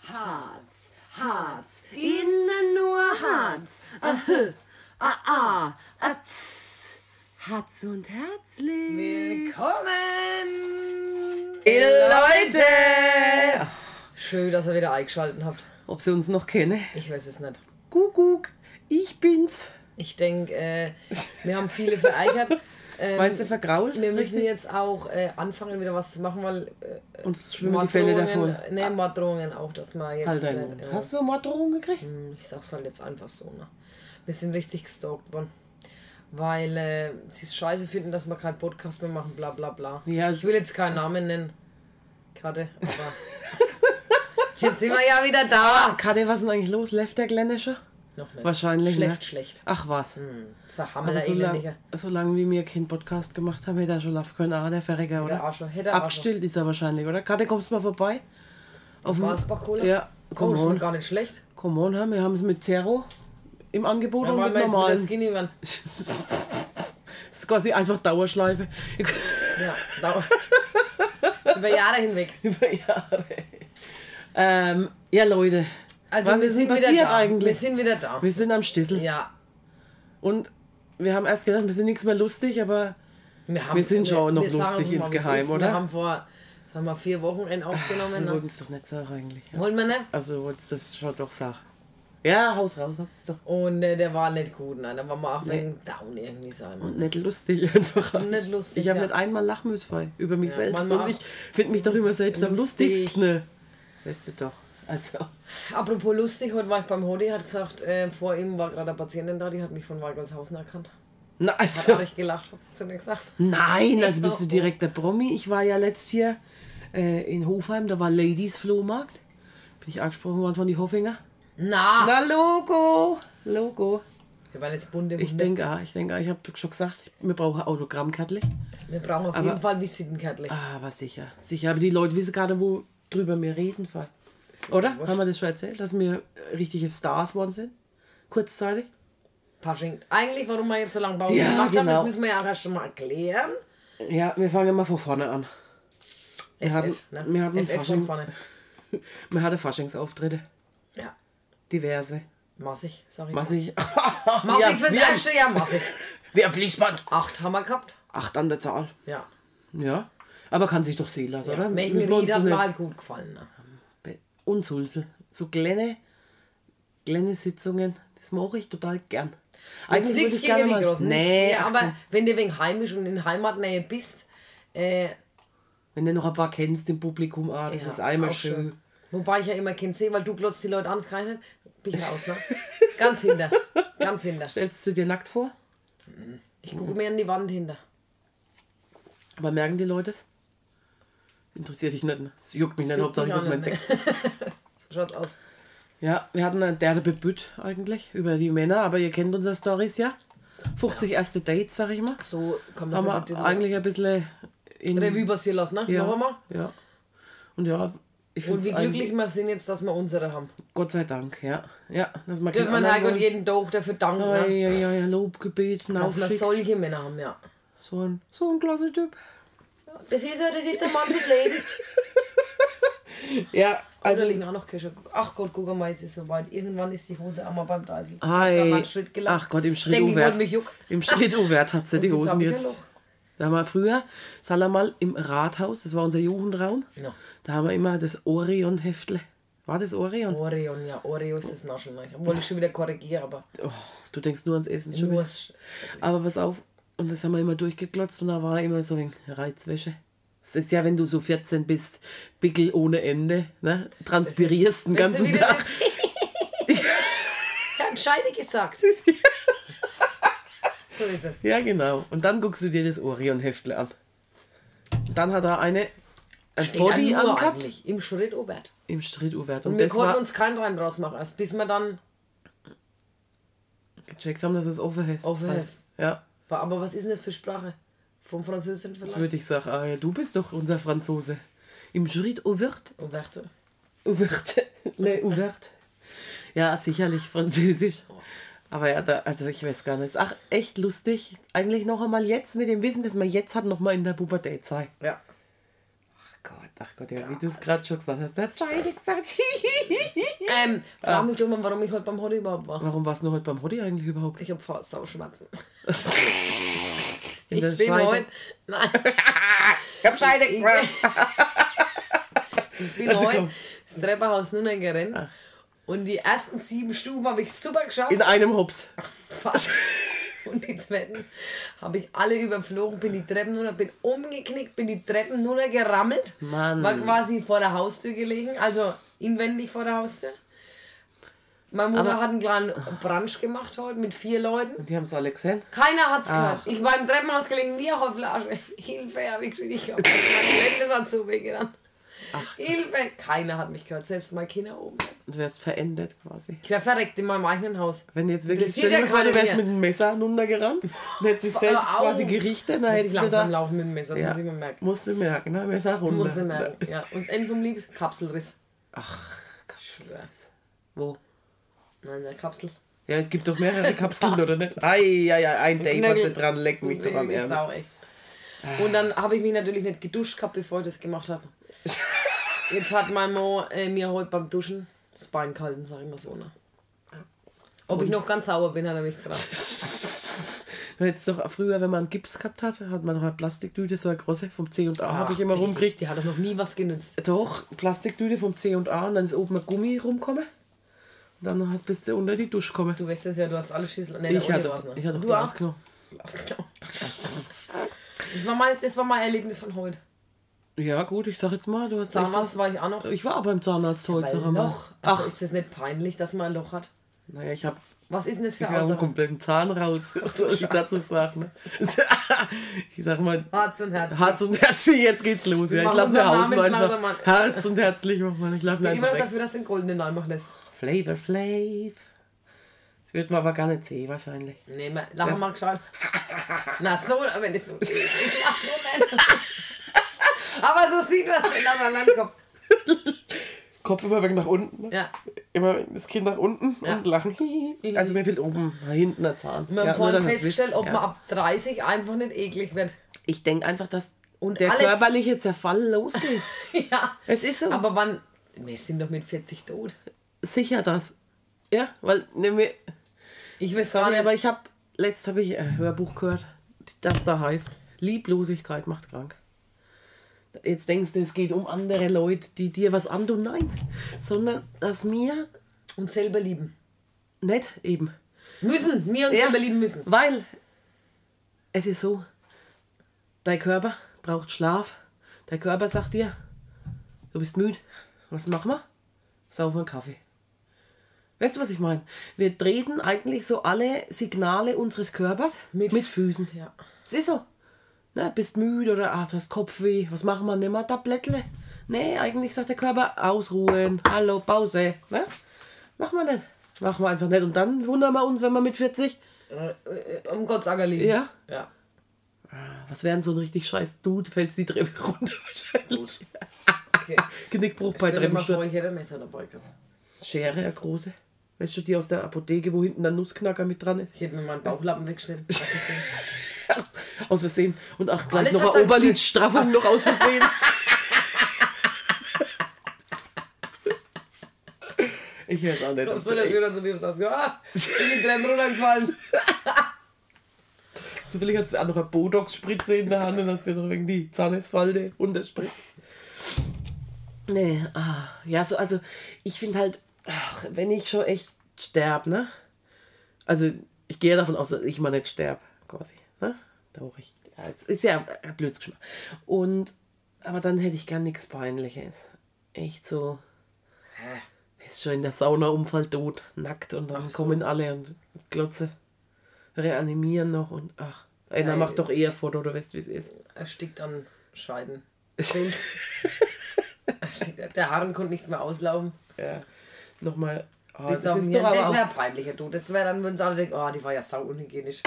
Harz, innen nur Harz. Harz und herzlich. Willkommen! Leute! Schön, dass ihr wieder eingeschaltet habt. Ob sie uns noch kennen? Ich weiß es nicht. Kuckuck, ich bin's. Ich denke, wir haben viele vereigert. Meinst du vergrault? Wir müssen jetzt auch anfangen, wieder was zu machen, weil uns schwimmen die Fälle davon. Ne, Morddrohungen auch, dass man jetzt... Halt hast du Morddrohungen gekriegt? Ich sag's halt jetzt einfach so. Ne? Wir sind richtig gestalkt worden. Weil sie es scheiße finden, dass wir keinen Podcast mehr machen, bla bla bla. Ja, ich will jetzt keinen Namen nennen. Gerade, aber... Jetzt sind wir ja wieder da. Kade, was ist denn eigentlich los? Läuft der Glennische? Noch nicht. Wahrscheinlich, Schlecht. Ach was. Aber so lange wie wir keinen Podcast gemacht haben, hätte er schon laufen können. Der Verrecker, oder? Abgestillt ist er wahrscheinlich, oder? Kade, kommst du mal vorbei? Auf dem Wasbachkohle? Ja, komm on. Gar nicht schlecht. Come on, wir haben es mit Zero im Angebot ja, und mit normalen. Das ist quasi einfach Dauerschleife. Ja, über Jahre hinweg. Über Jahre. Ja, Leute. Also was wir ist sind passiert wieder da. eigentlich? Wir sind wieder da. Wir sind am Stissel. Ja. Und wir haben erst gedacht, wir sind nichts mehr lustig, aber wir sind schon noch lustig insgeheim, oder? Wir haben vor 4 Wochen einen aufgenommen. Wir wollten es doch nicht sagen eigentlich. Ja. Wollen wir nicht? Also du wolltest das schon doch sagen. Ja, Haus raus. Doch. Und der war nicht gut, nein. Da war man auch wegen down irgendwie sein. Und nicht lustig einfach. Und nicht lustig, ich habe nicht einmal Lachmüsfrei über mich selbst. Und ich finde mich doch immer selbst am lustig. lustigsten. Weißt du doch. Also. Apropos lustig, heute war ich beim Hodi, hat gesagt, vor ihm war gerade eine Patientin da, die hat mich von Walgershausen erkannt. Na, also. Hat gelacht, hat sie zu mir gesagt. Nein, also bist du direkt der Promi. Ich war ja letztes Jahr in Hofheim, da war Ladies Flohmarkt. Bin ich angesprochen worden von die Hoffinger. Na, Logo. Wir waren jetzt bunte Hunde. Ich denke auch, ich habe schon gesagt, wir brauchen Autogrammkärtchen. Wir brauchen auf jeden Fall Visitenkärtchen. Aber sicher. Aber die Leute wissen gerade, worüber wir reden. Oder? Haben wir das schon erzählt, dass wir richtige Stars geworden sind? Kurzzeitig? Fasching. Eigentlich, warum wir jetzt so lange Pause gemacht haben, das müssen wir ja auch erst mal erklären. Ja, wir fangen mal von vorne an. Wir hatten von vorne. Wir hatten Faschingsauftritte. Ja. Diverse. Massig, sag ich. Massig. Massig fürs erste Jahr, massig. Wir haben Fließband. 8 haben wir gehabt. 8 an der Zahl. Ja. Ja. Aber kann sich doch sehen lassen, oder? Welchen Lied hat mir halt gut gefallen. Ne? Und so kleine Sitzungen, das mache ich total gern. Eigentlich nichts gegen die Großen. Nee, aber wenn du wegen heimisch und in Heimatnähe bist, wenn du noch ein paar kennst im Publikum, das ist einmal schön. Wobei ich ja immer Kind sehe, weil du glotzt die Leute an, das kann ich nicht. Bin ich raus, ne? Ganz hinter. Stellst du dir nackt vor? Ich gucke mir an die Wand hinter. Aber merken die Leute es? Interessiert dich nicht. Es juckt mich nicht, Hauptsache was mein Text. So schaut's aus. Ja, wir hatten ein derbe Bütt eigentlich über die Männer, aber ihr kennt unsere Storys ja. 50 erste Dates, sag ich mal. So kann man haben wir eigentlich ein bisschen in Revue passieren lassen, ne? Ja, noch einmal. Ja. Und ja, und wie glücklich wir sind jetzt, dass wir unsere haben. Gott sei Dank, ja. Ja, dass wir dürfen wir Herrgott jeden Tag dafür danken. Ja, Lobgebet, dass wir solche Männer haben, ja. So ein klasse Typ. Das ist der Mann fürs Leben. Ja, also liegen auch noch Kirche. Ach Gott, guck mal, jetzt ist es soweit. Irgendwann ist die Hose einmal beim Teufel. Ach Gott, im Schritt U-Wert hat sie die Hosen jetzt. Da haben wir früher, sagen wir mal, im Rathaus, das war unser Jugendraum, ja. Da haben wir immer das Orion-Heftle. War das Orion? Orion, ja. Oreo ist das Naschen. Wollte ich schon wieder korrigieren, aber... Oh, du denkst nur ans Essen schon wieder. Aber pass auf, und das haben wir immer durchgeklotzt und da war immer so ein Reizwäsche. Das ist ja, wenn du so 14 bist, Pickel ohne Ende, ne? Transpirierst den ganzen Tag. Hat Scheide gesagt. So ist es. Ja, genau. Und dann guckst du dir das Orion-Heftle an. Und dann hat er ein Body angehabt. Im Schritt U-Wert. Im Schritt U-Wert. Und wir konnten uns keinen Reim draus machen, erst bis wir dann gecheckt haben, dass es offen ist. Ja. Aber was ist denn das für Sprache? Vom Französischen vielleicht? Würde ich sagen, ja, du bist doch unser Franzose. Im Schritt U-Wert. U-Wert. Ja, sicherlich Französisch. Aber ja, also ich weiß gar nicht. Ach, echt lustig. Eigentlich noch einmal jetzt mit dem Wissen, dass man jetzt hat, noch mal in der Pubertät sei. Ja. Ach Gott, ja, wie du es gerade schon gesagt hast. Hat Scheide gesagt. Frag mich doch mal, warum ich heute beim Hottie überhaupt war. Warum warst du heute beim Hottie eigentlich überhaupt? Ich hab fast Sauschmerzen. In der Ich bin Scheide. heute... Nein. Ich hab Scheide gesagt. Ich bin Also heute komm. das Treppenhaus nur noch gerannt. Und die ersten 7 Stufen habe ich super geschafft. In einem Hops. Fast. Und die zweiten habe ich alle überflogen, bin die Treppen nur noch, bin umgeknickt, bin die Treppen nur noch gerammelt. Mann. War quasi vor der Haustür gelegen, also inwendig vor der Haustür. Meine Mutter hat einen kleinen Brunch gemacht heute mit 4 Leuten. Die haben es alle gesehen. Keiner hat es gehört. Ich war im Treppenhaus gelegen, wie eine Flasche. Hilfe, habe ich geschrien. Ich glaube, meine Lände hat so wehgetan. Hilfe! Keiner hat mich gehört, selbst meine Kinder oben. Du wärst verendet quasi. Ich wäre verreckt in meinem eigenen Haus. Wenn jetzt wirklich Interessiert stell dir ja vor, du keiner wärst mehr. mit einem Messer runtergerannt und hättest dich selbst Au. quasi gerichtet, dann Muss ich hättest du langsam da... laufen mit dem Messer, das Ja, muss ich mir merken. musst du merken, ne? Messer runter. Muss ich merken, ja. Und das Ende vom Lied, Kapselriss. Ach, Kapselriss. Wo? Nein, der Kapsel. Ja, es gibt doch mehrere Kapseln, oder nicht? Ei, ein Date hat sie dran, leck mich doch am Ärmel. Ärmel. Sau, echt. Und dann habe ich mich natürlich nicht geduscht gehabt, bevor ich das gemacht habe. Jetzt hat mein Mann mir heute beim Duschen das Bein gehalten, sag ich mal so. Ne? Ob ich noch ganz sauer bin, hat er mich gefragt. Du hättest doch früher, wenn man einen Gips gehabt hat man noch eine Plastiktüte, so eine große vom C&A, habe ich immer rumgekriegt. Die hat doch noch nie was genützt. Doch, Plastiktüte vom C&A und dann ist oben ein Gummi rumgekommen. Und dann bist du unter die Dusche gekommen. Du weißt es ja, du hast alles Schüssel. Nee, Ich hatte was, ne? doch Du Glas auch? genommen. Das war mein Erlebnis von heute. Ja gut, ich sag jetzt mal, du hast Zahnarzt war ich auch noch. Ich war beim Zahnarzt heute. Ein sag mal. Loch. Also Ach, ist das nicht peinlich, dass man ein Loch hat? naja, ich habe Was ist denn das für einen Aussage? kompletten Zahn raus. Was soll ich dazu sagen? Ne? Ich sag mal, Herz und Herz. Herz und herzlich, jetzt geht's los. Ja, ich machen lasse unseren mir Namen Hausen jetzt einfach. langsam an. Herz und herzlich, mach mal. Ich lasse ihn Ich bin immer einfach noch weg. dafür, dass du den goldenen Namen machen lässt. Flavor Flav. Das wird man aber gar nicht sehen, wahrscheinlich. Nee, lachen mal gescheit. Na so, wenn ich so. Ich lach nur nicht. Aber so sieht man es, wenn das an den Kopf. Kopf immer weg nach unten. Ne? Ja. Immer das Kind nach unten Ja. und lachen. Hihi. Also mir fehlt oben hinten der Zahn. Wir haben nur, vorhin dass ihr's festgestellt, wisst. ob man ab 30 einfach nicht eklig wird. Ich denke einfach, dass Und der alles- körperliche Zerfall losgeht. Ja. Es ist so. Aber wann. Wir sind doch mit 40 tot. Sicher das. Ja, weil... Ne, Ich weiß sorry, gar nicht, aber letzt habe ich ein Hörbuch gehört, das da heißt, Lieblosigkeit macht krank. Jetzt denkst du, es geht um andere Leute, die dir was antun. Nein, sondern dass wir uns selber lieben. nicht eben. Müssen. Wir uns Ja. selber lieben müssen. Weil es ist so, dein Körper braucht Schlaf. Dein Körper sagt dir, du bist müde. Was machen wir? Saufen einen Kaffee. Weißt du, was ich meine? Wir treten eigentlich so alle Signale unseres Körpers mit Füßen. Ja. Es ist so. Ne, bist müde oder du hast Kopfweh. Was machen wir? Nimm mal Tablettle. Nee, eigentlich sagt der Körper, ausruhen. Hallo, Pause. Ne? Machen wir nicht. Machen wir einfach nicht. Und dann wundern wir uns, wenn wir mit 40... Um Gottes Acker liegen. Ja. Ja. Was wären so ein richtig scheiß Dude, fällst die Treppe runter wahrscheinlich. Okay. Genickbruch bei Stell dir mal vor, Treppensturz. ich hätte ein Messer dabei gehabt. Schere, eine große. Weißt du, die aus der Apotheke, wo hinten der Nussknacker mit dran ist? Ich hätte mir meinen Bauchlappen weggeschnitten. Hast du gesehen? Aus Versehen. Und auch gleich Alles noch hat eine sein Oberlidstraffung noch aus Versehen. Ich höre es auch nicht. Das wird ja schön, dass du mir sagst, ja, ich bin die Treppen runtergefallen. Zufällig hat sie auch noch eine Botox-Spritze in der Hand und hast dir noch wegen die Zahnesfalte runterspritzt. Nee, ja, so, also ich finde halt, wenn ich schon echt sterbe, ne? Also ich gehe davon aus, dass ich mal nicht sterbe, quasi, ne? Da auch ich, ja, es ist ja ein Blödsinn. Aber dann hätte ich gar nichts Peinliches. Echt so, ist schon in der Sauna Unfall tot, nackt und dann kommen alle und glotze, reanimieren noch und einer macht doch eher Foto, oder weißt du, wie es ist. Erstickt an Scheiden. Pilz. Erstickt. Der Haaren konnte nicht mehr auslaufen. Ja, nochmal. Das wäre peinlicher, du. Das wäre dann, würden sie alle denken, oh, die war ja sau unhygienisch.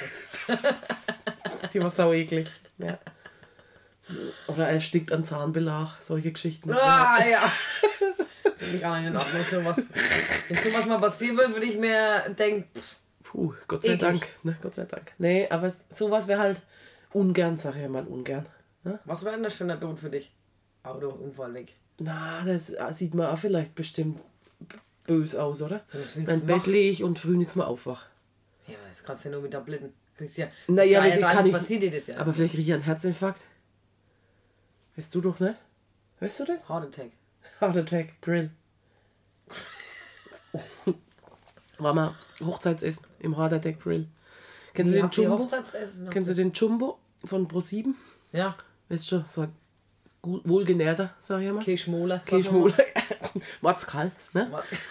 Die war sau eklig. Ja. Oder er erstickt an Zahnbelag, solche Geschichten. Ja. Finde ich auch nicht in Ordnung, sowas. Wenn sowas mal passieren würde, würde ich mir denken, Puh, Gott sei eklig. Dank. Ne, Gott sei Dank. Nee, aber sowas wäre halt ungern, sag ich mal, ungern. Ne? was wäre denn das schöner Tod für dich? Autounfall weg. Na, das sieht man auch vielleicht bestimmt böse aus, oder? Dann machen? bettle ich und früh nichts mehr aufwach. Ja, das kannst du ja nur mit Tabletten. Kriegst ja. Naja, aber kann ich. Passiert dir das ja. Aber vielleicht kriege ich einen Herzinfarkt. Weißt du doch, ne? Weißt du das? Heart Attack. Heart Attack, Grill. War mal Hochzeitsessen im Heart Attack Grill. Kennst du den Jumbo? Kennst du den Jumbo von Pro7? Ja. Weißt du schon, so ein wohlgenährter, sag ich mal. Schmoler. Schmoler. Motzkal, ne?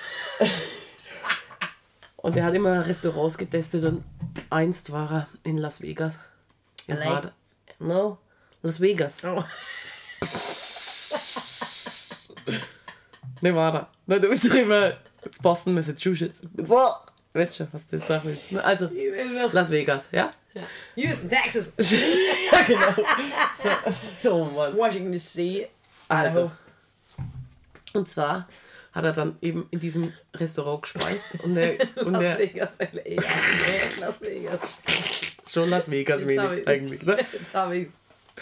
Und er hat immer Restaurants getestet und einst war er in Las Vegas. LA? No, Las Vegas. Oh. Nevada. Nein, du willst doch immer Boston, Massachusetts. Weißt schon, was du sagen willst. Also, Las Vegas, ja? Ja. Houston, Texas. Ja, genau. So. Oh Mann. Washington DC. Also. Und zwar hat er dann eben in diesem Restaurant gespeist. Und Las Vegas, LA. Las Vegas. Schon Las Vegas wenig eigentlich, ne? Jetzt hab ich's.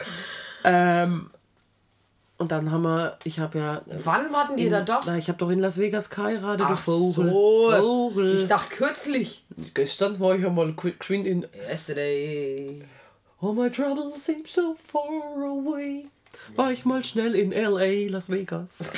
Und dann ich habe ja... Wann warten ihr da dort? Na, ich habe doch in Las Vegas geheiratet, du Ach Vogel. so. Vogel. Ich dachte kürzlich. Gestern war ich ja mal geschwind in... Yesterday. Oh, my troubles seem so far away. War ich mal schnell in L.A., Las Vegas.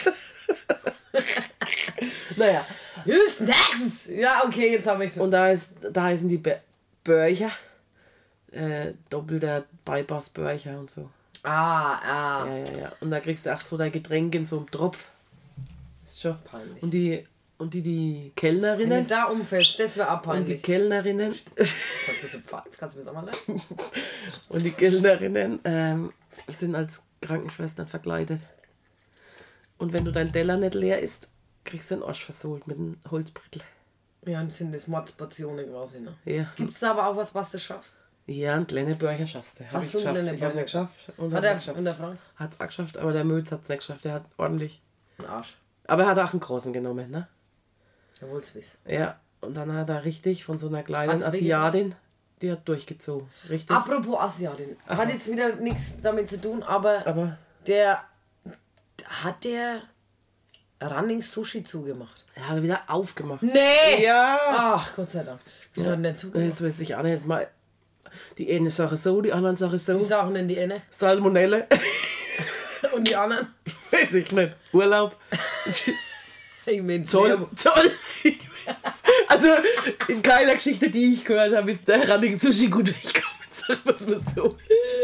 Naja. Houston, Texas. Ja, okay, jetzt habe ich's. Und da heißen die Börcher. Doppelter Bypass-Börcher und so. Ja. Ja. Und da kriegst du auch so dein Getränk in so einem Tropf. Ist schon. Peinlich. Und die Wenn du Kellnerinnen. da umfällst, das wäre Und abpeinlich. die Kellnerinnen. Kannst du mir das auch mal lernen? Und die Kellnerinnen sind als Krankenschwestern verkleidet. Und wenn du dein Teller nicht leer isst, kriegst du den Arsch versohlt mit einem Holzbrettel. Ja, und sind das Mordsportionen quasi, ne? Ja. Gibt es da aber auch was du schaffst? Ja, ein kleiner Bürger schaffst du. Hast du einen kleinen Ich habe Bürger? ihn geschafft. Und Und der Frank? hat es auch geschafft, aber der Mötz hat es nicht geschafft. Der hat ordentlich. Ein Arsch. Aber er hat auch einen großen genommen, ne? Ja, wohl's wissen. Ja, und dann hat er richtig von so einer kleinen Hat's Asiatin, die hat durchgezogen. Richtig. Apropos Asiatin. Hat jetzt wieder nichts damit zu tun, aber Aber hat der Running Sushi zugemacht. er hat wieder aufgemacht. Nee! Ja! Ach, Gott sei Dank. Wieso hat er denn zugemacht? Das weiß ich auch nicht mal. Die eine Sache so, die anderen Sache so. Wie sagen denn die eine? Salmonelle. Und die anderen? Weiß ich nicht. Urlaub. Ich mein, Zoll. Ich weiß es. Also in keiner Geschichte, die ich gehört habe, ist der Running Sushi gut weggekommen. Sag mal so.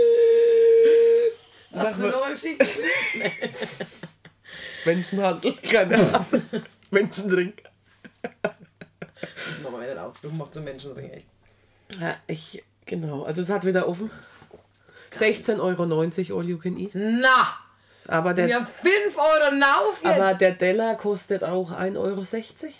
Hast du noch eine Geschichte? Menschenhandel, keine Ahnung. Menschentrink. Das machen wir nicht auf. Du machst so Menschenring, echt. Ja, genau. Also es hat wieder offen. 16,90 € all you can eat. Na! Aber Ja, 5 Euro nauf jetzt! aber der Teller kostet auch 1,60 €.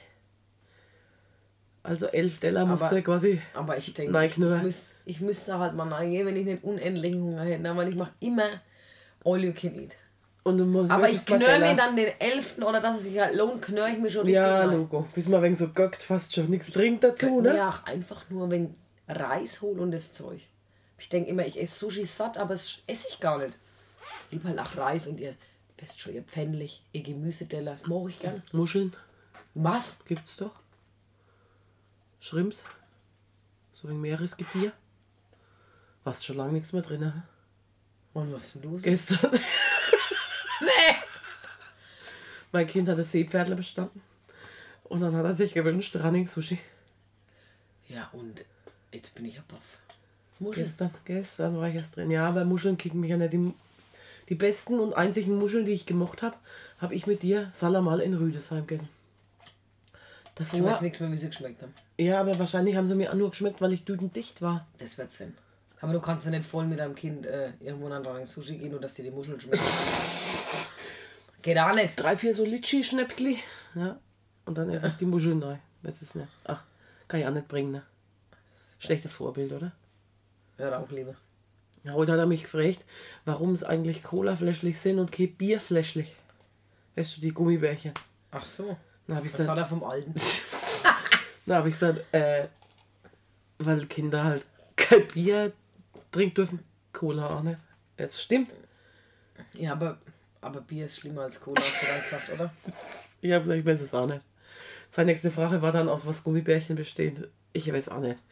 Also 11 Teller musst du quasi. Aber ich denke, Nein, ich müsste halt mal reingehen, wenn ich nicht unendlichen Hunger hätte. Weil ich mache immer all you can eat. Und du musst Aber ich wirklich mal knurr mir Teller. dann den 11. oder dass es sich halt lohnt, knurr ich mir schon Ja, rein. Logo. Bis man wegen so göckt, fast schon nichts trinkt dazu, ne? Ja, einfach nur wegen Reis holen und das Zeug. Ich denke immer, ich esse Sushi satt, aber das esse ich gar nicht. Lieber nach Reis und ihr wisst schon, ihr Pfännlich, ihr Gemüseteller, das mache ich gern. Muscheln Was? gibt's doch. Shrimps. So ein Meeresgetier. Warst schon lange nichts mehr drin, ne? Und was denn du? Gestern. Nee! Mein Kind hat das Seepferdler bestanden. Und dann hat er sich gewünscht, Running Sushi. Ja, und jetzt bin ich ja baff. Muscheln. Gestern war ich erst drin. Ja, aber Muscheln kicken mich ja nicht. Die besten und einzigen Muscheln, die ich gemocht habe ich mit dir Salamal in Rüdesheim gegessen. Davor, Ich weiß nichts mehr, wie sie geschmeckt haben. ja, aber wahrscheinlich haben sie mir auch nur geschmeckt, weil ich düdendicht war. Das wird Sinn. Aber du kannst ja nicht voll mit deinem Kind irgendwo an Running Sushi gehen und dass dir die Muscheln schmecken. Geht auch nicht. 3, 4 so Litschi-Schnäpsli. Ja. Und dann esse ich die Muscheln rein. Weiß es nicht. Ach, kann ich auch nicht bringen, ne? Schlechtes Vorbild, oder? Ja, auch lieber. Ja, heute hat er mich gefragt, warum es eigentlich Cola-fläschlich sind und kein Bierfläschlich. Weißt du, die Gummibärchen. Ach so. Dann habe ich Das hat gesagt, er vom Alten. dann hab ich gesagt weil Kinder halt kein Bier trinken dürfen, Cola auch nicht. Es stimmt. Ja, aber Aber Bier ist schlimmer als Cola, hast du dann gesagt, oder? Ich habe gesagt, ich weiß es auch nicht. Seine nächste Frage war dann, aus was Gummibärchen bestehen. Ich weiß auch nicht.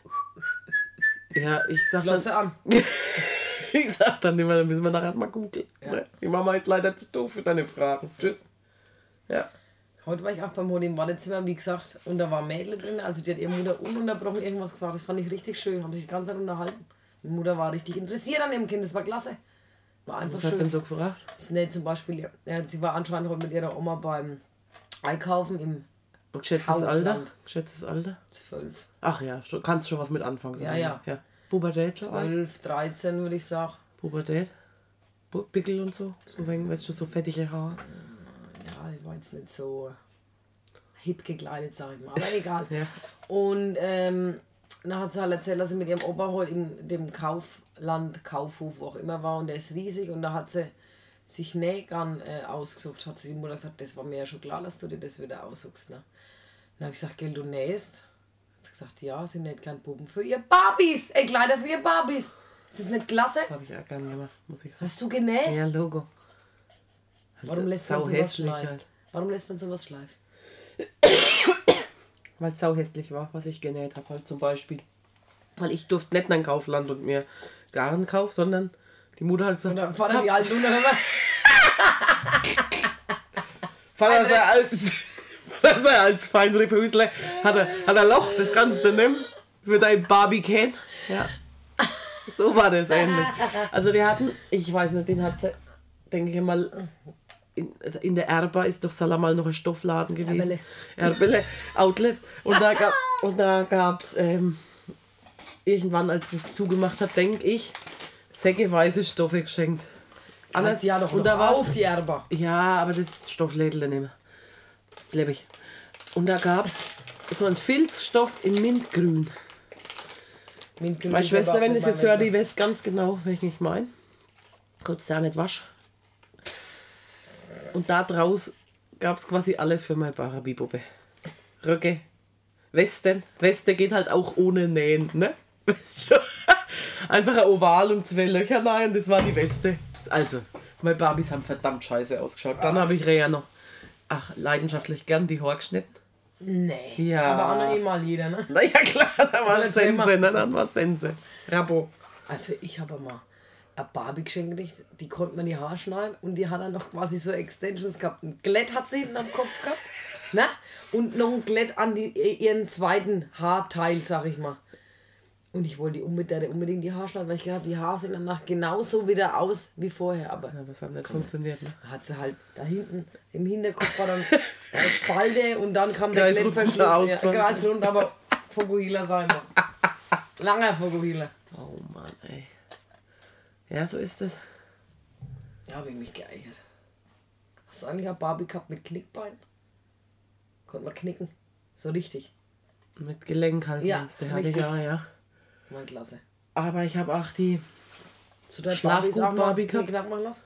Ja, ich sag Glotze dann... an. Ich sag dann immer, dann müssen wir nachher mal googeln. Ja. Die Mama ist leider zu doof für deine Fragen. Tschüss. Ja. Heute war ich auch beim Hodi im Wartezimmer, wie gesagt, und da war ein Mädel drin, also die hat ihre Mutter ununterbrochen irgendwas gefragt. Das fand ich richtig schön, haben sich die ganze Zeit unterhalten. Die Mutter war richtig interessiert an dem Kind, das war klasse. War einfach Was schön. hat sie denn so gefragt? Snell zum Beispiel, ja, sie war anscheinend heute mit ihrer Oma beim Einkaufen im Und geschätztes Alter? Geschätztes Alter? 12. Ach ja, kannst schon was mit anfangen. Ja. Pubertät schon? 12, 13 würde ich sagen. Pubertät? Pickel und so? So wegen, weißt du, so fettige Haare? Ja, ich war jetzt nicht so hip gekleidet, sag ich mal, aber egal. Ja. Und dann hat sie halt erzählt, dass sie mit ihrem Opa heute in dem Kaufland, Kaufhof, wo auch immer war, und der ist riesig, und da hat sie sich Nähgarn ausgesucht, hat sie die Mutter gesagt, das war mir ja schon klar, dass du dir das wieder aussuchst. Ne? Dann habe ich gesagt, gell, du nähst? Hat sie gesagt, ja, sie näht gern Puppen für ihr Barbies, Kleider für ihr Barbies. Ist das nicht klasse? Habe ich auch gerne gemacht, muss ich sagen. Hast du genäht? Ja, Logo. Warum lässt man sowas schleifen? Halt. Warum lässt man sowas schleifen? Weil es sauhässlich war, was ich genäht habe, halt zum Beispiel. Weil ich durfte nicht in ein Kaufland und mir Garn kaufen, sondern die Mutter hat gesagt... Und dann Vater die alten Hunde immer... Vater sei als Feinripphösle hat er Loch, das kannst du nehmen für dein Barbie-Can. Ja. So war das ähnlich. Also wir hatten, ich weiß nicht, den hat sie, denke ich mal, in der Erba ist doch Salamal noch ein Stoffladen gewesen. Erbele Outlet. Und da gab's irgendwann, als es zugemacht hat, denke ich, säckeweise Stoffe geschenkt. Alles ja doch und da war auf die Erba. Ja, aber das Stofflädel nicht mehr. Glaube ich. Und da gab's so einen Filzstoff in Mintgrün. Meine Schwester, wenn das jetzt hört, die weiß ganz genau, welchen ich meine. Kurz ja nicht wasch. Und da draus gab es quasi alles für meine Barbie-Puppe. Röcke, Westen. Weste geht halt auch ohne Nähen, ne? Weißt du schon? Einfach ein Oval und 2 Löcher rein, das war die Weste. Also, meine Barbies haben verdammt scheiße ausgeschaut. Dann habe ich Rea noch, leidenschaftlich gern die Haare geschnitten. Nee. Ja. Aber auch noch eh mal jeder, ne? Na ja, klar, da war Sense, ne? Dann war Sense. Rabo. Also ich habe mal eine Barbie geschenkt gekriegt, die konnte man die Haare schneiden, und die hat dann noch quasi so Extensions gehabt. Ein Glätt hat sie hinten am Kopf gehabt, ne? Und noch ein Glätt an ihren zweiten Haarteil, sag ich mal. Und ich wollte unbedingt die Haare schneiden, weil ich gedacht habe, die Haare sehen danach genauso wieder aus wie vorher. Aber ja, das hat nicht funktioniert, ne? hat sie halt da hinten im Hinterkopf war dann eine Spalte, und dann kam der Klettverschluss. Ja, Kreisrund, aber Fokuhila sein wir. Langer Fokuhila. Oh Mann, ey. Ja, so ist es. Ja, habe ich mich geärgert. Hast du eigentlich eine Barbie gehabt mit Knickbein? Konnte man knicken. So richtig. Mit Gelenk halt, ja, meinst du? Hatte ich auch, ja. Mal klasse. Aber ich habe auch die Schlafgut-Barbie gehabt.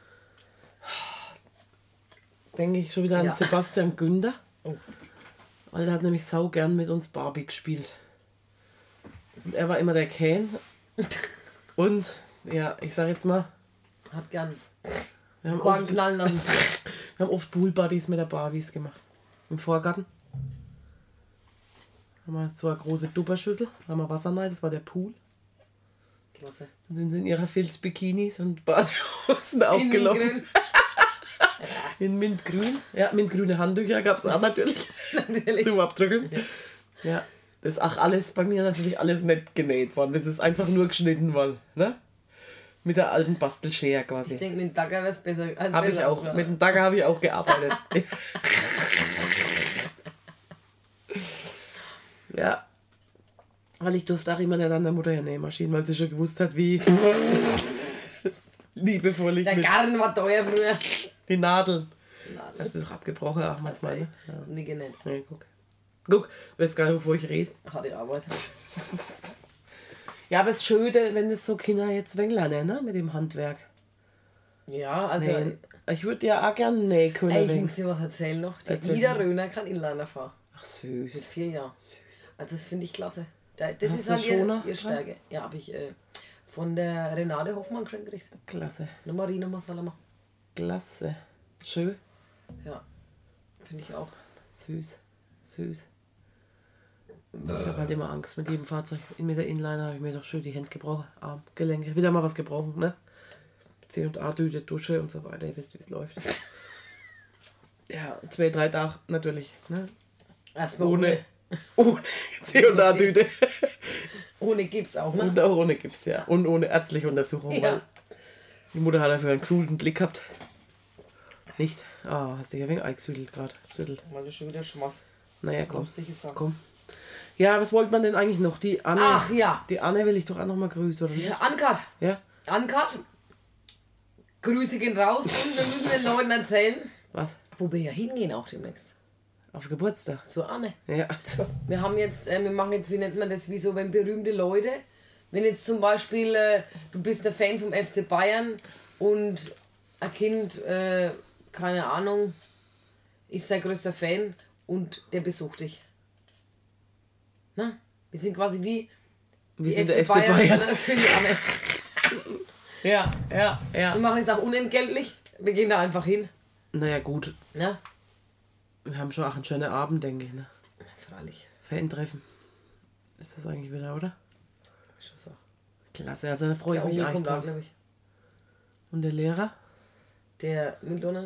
Denke ich schon wieder an Sebastian Günther. Oh. Weil der hat nämlich sau gern mit uns Barbie gespielt. Und er war immer der Ken. Und, ja, ich sag jetzt mal... Hat gern wir haben Korn knallen lassen. Wir haben oft Pool-Buddies mit der Barbies gemacht. Im Vorgarten. Haben wir so eine große Dupperschüssel. Haben wir Wasser rein, das war der Pool. Klasse. Dann sind sie in ihrer Filzbikinis und Badehosen aufgelaufen. In Mintgrün. Ja, mintgrüne Handtücher gab es auch natürlich. Natürlich. Zum Abdrücken. Ja, das ist auch alles bei mir natürlich alles nicht genäht worden. Das ist einfach nur geschnitten worden. Ne? Mit der alten Bastelschere quasi. Ich denke, mit dem Dagger wäre es besser. Habe ich auch. Mit dem Dagger habe ich auch gearbeitet. Ja. Weil ich durfte auch immer nicht an der Mutter-Nähmaschine, weil sie schon gewusst hat, wie liebevoll ich der Garn war teuer früher. Die Nadeln. Das ist doch abgebrochen auch manchmal. Ne? Ja. Nie genannt. Nee, guck, du weißt gar nicht, wovor ich rede. Harte Arbeit. Ja, aber es ist schön, wenn das so Kinder jetzt lernen, ne? Mit dem Handwerk. Ja, also... Nee. Ich würde ja auch gerne nähen können. Ey, ich muss dir was erzählen noch. Der Ida Röhner kann Inliner fahren. Ach, süß. Mit 4 Jahren. Süß. Also das finde ich klasse. Das Hast ist du halt Schoner ihr Stärke. Ja, habe ich von der Renate Hoffmann geschenkt gekriegt. Klasse. Eine Marina Masalama. Klasse. Schön. Ja, finde ich auch. Süß. Ich habe halt immer Angst mit jedem Fahrzeug. Mit der Inliner habe ich mir doch schön die Hände gebrochen. Arm, Gelenke. Wieder mal was gebrochen, ne? C&A-Tüte, Dusche und so weiter. Ihr wisst, wie es läuft. Ja, 2-3 Tage natürlich, ne? Erstmal ohne C&A-Tüte. Ohne Gips auch, ne? Und auch ohne Gips, ja. Und ohne ärztliche Untersuchung, Ja. weil die Mutter hat dafür einen coolen Blick gehabt. Nicht? Ah, hast dich ja wegen eingesüdelt gerade. Weil du schon wieder schmast. Naja, komm. Ja, was wollte man denn eigentlich noch? Die Anne. Ach ja. Die Anne will ich doch auch noch mal grüßen, oder nicht? Ja, Uncut. Ja? Uncut. Grüße gehen raus und wir müssen den Leuten erzählen, Was? wo wir ja hingehen auch demnächst. Auf Geburtstag? Zur Anne. Ja, also. Wir machen jetzt, wie nennt man das, wie so, wenn berühmte Leute, wenn jetzt zum Beispiel du bist der Fan vom FC Bayern und ein Kind, keine Ahnung, ist sein größter Fan und der besucht dich. Na? Wir sind quasi wie Wir sind der FC Bayern. Für die Anne. Ja. Wir machen es auch unentgeltlich. Wir gehen da einfach hin. Naja, gut. Ja? Wir haben schon auch einen schönen Abend, denke ich, ne? Freilich. Fan-Treffen. Ist das eigentlich wieder, oder? Ich schon sagen. Klasse, also da freue ich Der mich Onkel eigentlich kommt auch, drauf. glaube ich. Und der Lehrer? Der Mülltonner.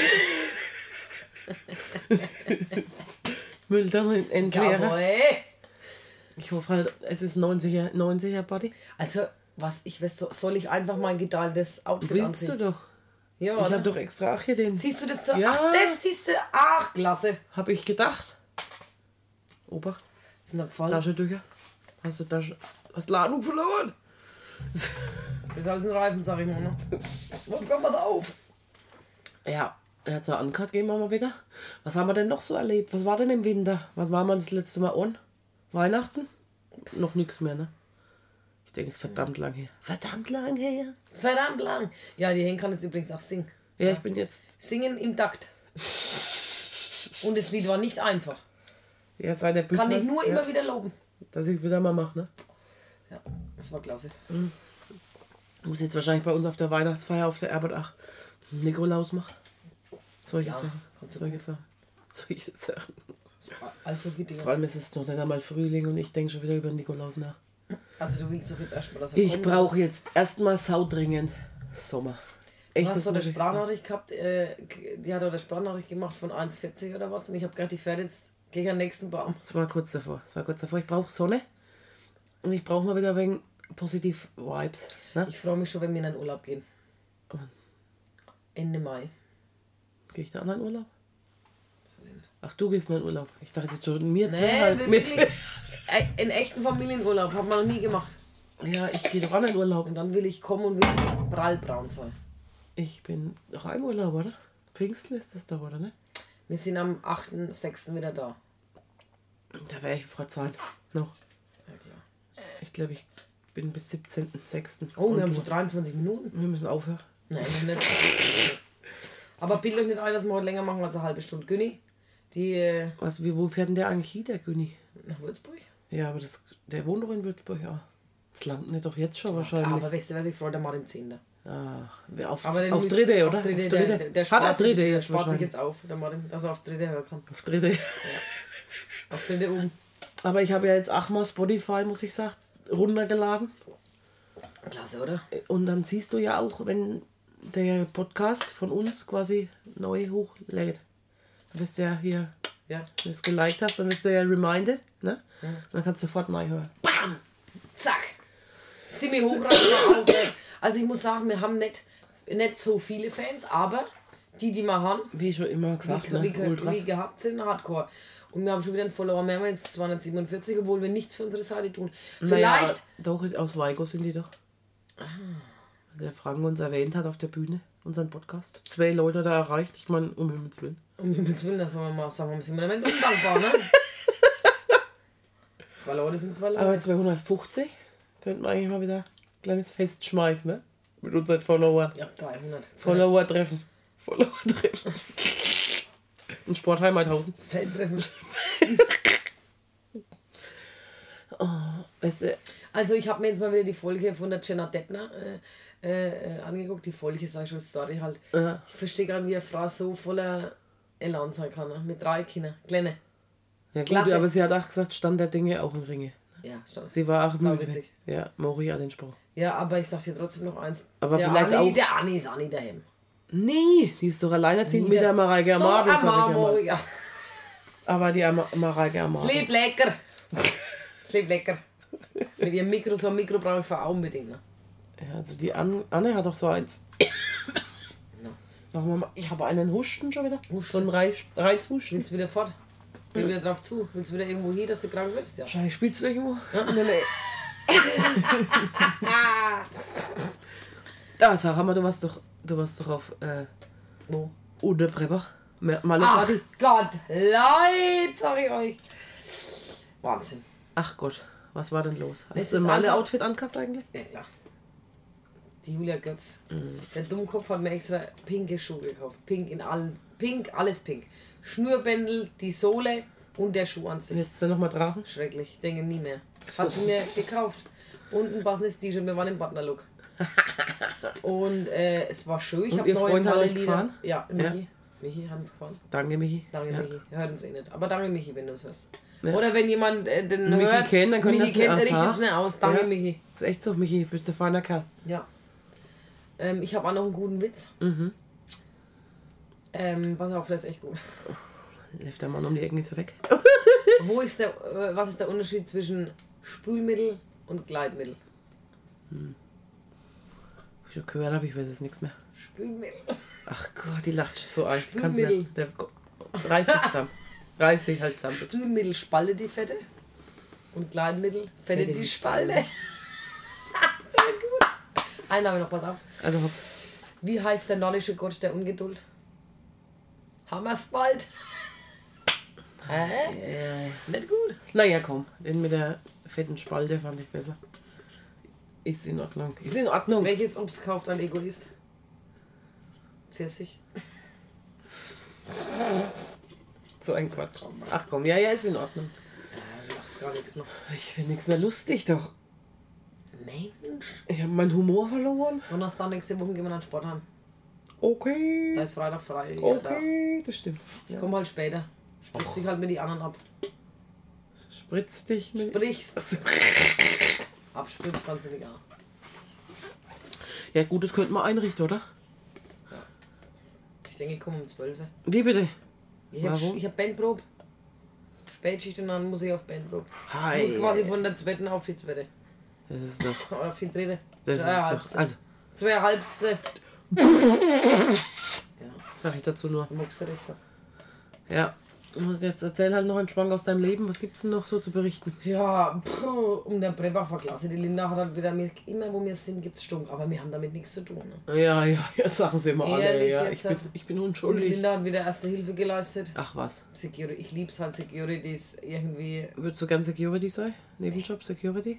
Mülltonner-Endlehrer. Jawohl. Ich hoffe halt, es ist 90er Body. Also, was ich weiß, soll ich einfach mein geteiltes Outfit Willst anziehen? du doch. Ja, Ich oder? habe doch extra auch hier den. Siehst du das so? Ja. Ach, das siehst du. Ach, klasse. Hab ich gedacht. Obacht. Ist denn da gefallen? Taschentücher. Hast Ladung verloren? Bis als ein Reifen, sag ich mal. Ne? Was kommt man da auf? Ja, zur Uncut gehen wir mal wieder. Was haben wir denn noch so erlebt? Was war denn im Winter? Was war man das letzte Mal on? Weihnachten? Noch nichts mehr, ne? Ich denke, es ist verdammt lang her. Verdammt lang her. Verdammt lang. Ja, die Hen kann jetzt übrigens auch singen. Ja, ich bin jetzt... Singen im Takt. Und das Lied war nicht einfach. Ja, seit der Kann ich nur immer wieder loben. Dass ich es wieder mal mache, ne? Ja, das war klasse. Muss jetzt wahrscheinlich bei uns auf der Weihnachtsfeier auf der Erbertach Nikolaus machen. Solche Sachen. Also die Dinge. Vor allem ist es noch nicht einmal Frühling und ich denke schon wieder über Nikolaus nach. Also du willst doch jetzt erstmal das Ich brauche jetzt erstmal saudringend Sommer. Du hast so eine Sprachnachricht gehabt, die hat eine Sprachnachricht gemacht von 1,40 oder was und ich habe gedacht, die fährt jetzt gegen den nächsten Baum. Es war kurz davor. Ich brauche Sonne und ich brauche mal wieder ein wenig positiv Vibes. Ne? Ich freue mich schon, wenn wir in den Urlaub gehen. Ende Mai. Gehe ich da in einen Urlaub? Ach, du gehst in den Urlaub. Ich dachte jetzt schon, mir zwei Nee, halt. einen echten Familienurlaub haben wir noch nie gemacht. Ja, ich gehe doch an den Urlaub. Und dann will ich kommen und will prallbraun sein. Ich bin doch im Urlaub, oder? Pfingsten ist das doch, oder ne? Wir sind am 8.6. wieder da. Da wäre ich vor Zeit noch. Ja, klar. Ich glaube, ich bin bis 17.06. Oh, wir haben schon 23 Minuten. Wir müssen aufhören. Nein, nicht. Aber bildet euch nicht ein, dass wir heute länger machen als eine halbe Stunde. Günni, die Wo fährt denn der eigentlich hin, der Günni? nach Würzburg. Ja, aber der wohnt doch in Würzburg, ja. Das langt nicht doch jetzt schon wahrscheinlich. Aber weißt du, was ich freue, der Martin 10. Ach, auf Dritte, oder? Auf Dritte. Der spart sich wahrscheinlich. jetzt auf, der Martin, dass er auf Dritte hören kann. Auf Dritte. Ja. Auf Dritte oben. Aber ich habe ja jetzt auch mal Spotify, muss ich sagen, runtergeladen. Klasse, oder? Und dann siehst du ja auch, wenn der Podcast von uns quasi neu hochlädt. Du wirst ja hier, Ja. wenn du es geliked hast, dann wirst du ja reminded, ne? Mhm. Dann kannst du sofort neu hören. Bam! Zack! Simi Hochreiter war auch. Also ich muss sagen, wir haben nicht so viele Fans, aber die wir haben, Wie schon immer gesagt, wie gehabt sind, Hardcore. Und wir haben schon wieder einen Follower mehr, wir haben jetzt 247, obwohl wir nichts für unsere Seite tun. Vielleicht... Doch, aus Weigo sind die doch. Der Frank uns erwähnt hat auf der Bühne, unseren Podcast. 2 Leute da erreicht, ich meine, um Himmels Willen. Um Himmels Willen, das wollen wir mal sagen, wir sind wir damit undankbar, ne? 2 Leute sind 2 Leute. Aber 250 könnten wir eigentlich mal wieder ein kleines Fest schmeißen, ne? Mit unseren Followern. Ja, 300. Follower-Treffen. Ein Sportheim 1000. Fan-Treffen. Oh, weißt du, Also ich habe mir jetzt mal wieder die Folge von der Jenna Dettner angeguckt, die Folge ist auch schon Story halt. Ja. Ich verstehe gerade, wie eine Frau so voller Elan sein kann, ne? Mit 3 Kindern, kleine. Ja gut, Klasse. Aber sie hat auch gesagt, Stand der Dinge auch im Ringe. Ja, stand. Sie war auch müde. Ja, Mori hat den Spruch. Ja, aber ich sag dir trotzdem noch eins. Aber der vielleicht Anni, auch... Der Anni ist auch nicht daheim. Nee, die ist doch alleinerziehend mit der Mareike Amar. So ja. Aber die Mareike Amar. Es lebt lecker. Es lebt lecker. Mit ihrem Mikro, so ein Mikro brauche ich auch unbedingt. Ne? Ja, also die Anne hat doch so eins. No. Machen wir mal. Ich habe einen Husten schon wieder. So einen Reizhusten. Willst du wieder fort? Will wieder drauf zu? Willst du wieder irgendwo hin, dass du krank wirst? Ja. Wahrscheinlich spielst du irgendwo? Ja. Nee. Da, sag mal, du warst doch auf wo? Ude Brebach. Ach Gott, Leute, sag ich euch. Wahnsinn. Ach Gott, was war denn los? Hast du mal ein Outfit angehabt eigentlich? Ja, klar. Die Julia Götz. Der Dummkopf hat mir extra pinke Schuhe gekauft. Pink in allen. Pink, alles pink. Schnürbändel, die Sohle und der Schuh an sich. Willst du nochmal tragen? Schrecklich, denke nie mehr. Hat sie mir gekauft. Und ein passendes T-Shirt, wir waren im Partnerlook. Und es war schön. Ich habe neue Freund hat euch gefahren? Ja, Michi. Ja. Michi hat uns gefahren. Danke, Michi. Danke, ja. Michi. Er hört uns eh nicht. Aber danke, Michi, wenn du es hörst. Ja. Oder wenn jemand den Michi hört, kennt, dann können Michi kennt, er richtet es nicht aus. Danke, ja. Michi. Das ist echt so, Michi, du bist der feine Kerl. Ja. Ich habe auch noch einen guten Witz. Mhm. Pass auf, der ist echt gut. Läuft der Mann um die Ecken, ist er weg. Was ist der Unterschied zwischen Spülmittel und Gleitmittel? Ich habe gehört, aber ich weiß es nichts mehr. Spülmittel. Ach Gott, die lacht so alt. Spülmittel. Reiß dich zusammen. Reiß dich halt zusammen. Spülmittel spalte die Fette und Gleitmittel fette die Spalte. Ist das gut? Einen habe ich noch, pass auf. Also, wie heißt der nordische Gott der Ungeduld? Hammerspalt. Nicht gut? Naja, komm. Den mit der fetten Spalte fand ich besser. Ist in Ordnung. Ist in Ordnung. Welches Obst kauft ein Egoist? Pfirsich. So ein Quatsch. Ach komm, ja, ist in Ordnung. Du machst gar nichts mehr. Ich finde nichts mehr lustig, doch. Mensch. Ich habe meinen Humor verloren. Donnerstag nächste Woche gehen wir an den Sportheim. Okay. Da ist Freitag frei. Okay, das stimmt. Ich komme halt später. Spritz dich halt mit die anderen ab. Spritz dich mit... Sprichst. Abspritzt kannst du nicht auch. Ja gut, das könnten wir einrichten, oder? Ja. Ich denke, ich komme um 12 Uhr. Wie bitte? Ich hab Bandprobe. Spätschicht und dann muss ich auf Bandprobe. Hi. Ich muss quasi von der zweiten auf die zweite. Das ist doch... Oder auf die dritte. Das ist doch... Also... 2,5. Ja. Sag ich dazu nur. Du magst ja recht. Ja. Jetzt erzähl halt noch einen Schwank aus deinem Leben. Was gibt's denn noch so zu berichten? Ja, um der Brebach war klasse. Die Linda hat halt wieder, immer wo wir sind, gibt's Stunk. Aber wir haben damit nichts zu tun. Ne? Ja, sagen sie immer alle. Ja. Ich bin unschuldig. Und die Linda hat wieder erste Hilfe geleistet. Ach was. Security. Ich lieb's halt, Security ist irgendwie... Würdest du gern Security sein? Nebenjob Security?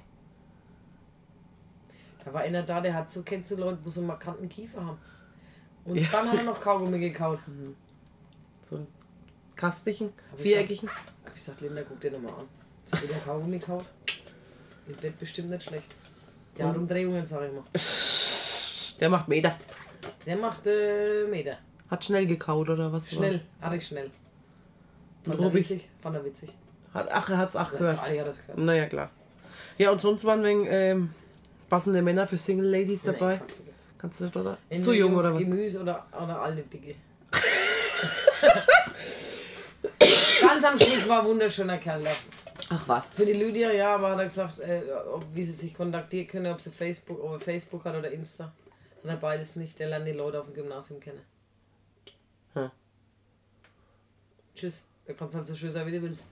Da war einer da, der hat so, kennst du Leute, wo so einen markanten Kiefer haben. Und ja. Dann hat er noch Kaugummi gekaut. So einen kastigen, viereckigen. Hab ich gesagt, Linda, guck dir nochmal an. Hast du wieder Kaugummi gekaut? Im Bett bestimmt nicht schlecht. Der hat Umdrehungen, sag ich mal. Der macht Meter. Der macht Meter. Hat schnell gekaut oder was? Schnell, arg schnell. Fand er witzig. Er hat's auch gehört. Ali hat das gehört. Naja, klar. Ja, und sonst waren wegen passende Männer für Single Ladies dabei. Nee, kannst du nicht, oder? Zu jung oder was? Gemüse oder alte Dicke. Ganz am Schluss war ein wunderschöner Kerl da. Ach was? Für die Lydia, ja, aber hat er gesagt, wie sie sich kontaktieren können, ob sie Facebook hat oder Insta. Hat er beides nicht, der lernt die Leute auf dem Gymnasium kennen. Hm. Tschüss. Da kannst du halt so schön sein, wie du willst.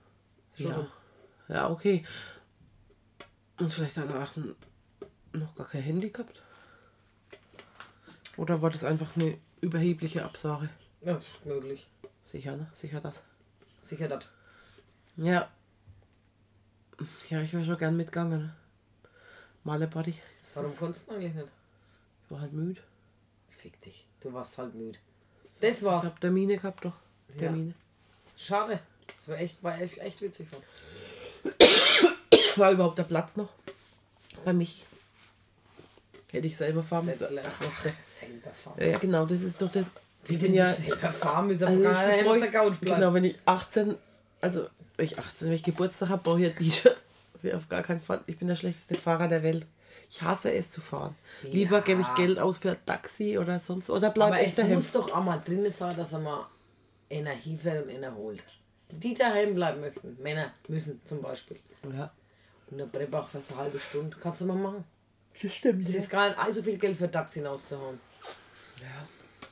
Ja, okay. Und vielleicht hat er auch noch gar kein Handy gehabt? Oder war das einfach eine überhebliche Absage? Ja, möglich. Sicher, ne? Sicher das. Sicher das. Ja. Ja, ich wäre schon gern mitgegangen. Ne? Maleparty. Warum konntest du eigentlich nicht? Ich war halt müde. Fick dich. Du warst halt müde. Das war's. Ich hab Termine gehabt doch. Termine. Ja. Schade. Das war echt witzig. War überhaupt der Platz noch? Bei mich. Hätte ich selber fahren müssen. Selber fahren. Ja, genau, das ist doch das. Ich bin ja selber fahren müssen, aber also auf der Couch bleiben. Genau, wenn ich 18, wenn ich Geburtstag habe, brauche ich ein T-Shirt. Also auf gar keinen Fall. Ich bin der schlechteste Fahrer der Welt. Ich hasse es zu fahren. Ja. Lieber gebe ich Geld aus für ein Taxi oder sonst. Oder bleibe ich daheim. Aber es muss doch auch mal drin sein, dass er mal einer hinfällt und einer holt. Die daheim bleiben möchten. Männer müssen zum Beispiel. Ja. Und der Brebbach für eine halbe Stunde. Kannst du mal machen. Das stimmt. Es ist gar nicht so viel Geld für ein Taxi hinauszuhauen. Ja.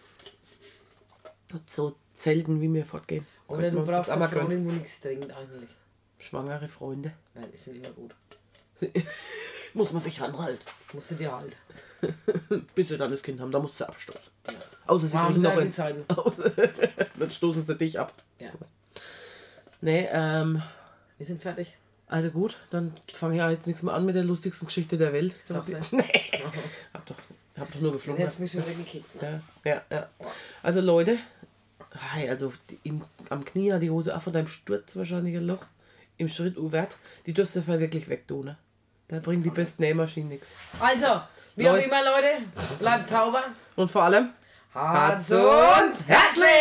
Und so selten wie wir fortgehen. Oder du brauchst eine Freundin, wo nichts trinkt eigentlich. Schwangere Freunde. Nein, die sind immer gut. Muss man sich ranhalten. Musst du dir halten. Bis sie dann das Kind haben, da musst du abstoßen. Ja. Außer sie kriegen noch ein. Dann stoßen sie dich ab. Ja. Nee, wir sind fertig. Also gut, dann fange ich jetzt nichts mehr an mit der lustigsten Geschichte der Welt. Nee. Hab doch nur geflogen. Jetzt mich schon weggekickt. Ne? Ja. Also Leute, am Knie hat die Hose auch von deinem Sturz wahrscheinlich ein Loch. Im Schritt U-Wert. Die tust du wirklich weg, du, ne? Da bringen die besten Nähmaschinen nichts. Also, wie auch immer, Leute, bleibt sauber. Und vor allem, Herz und herzlich!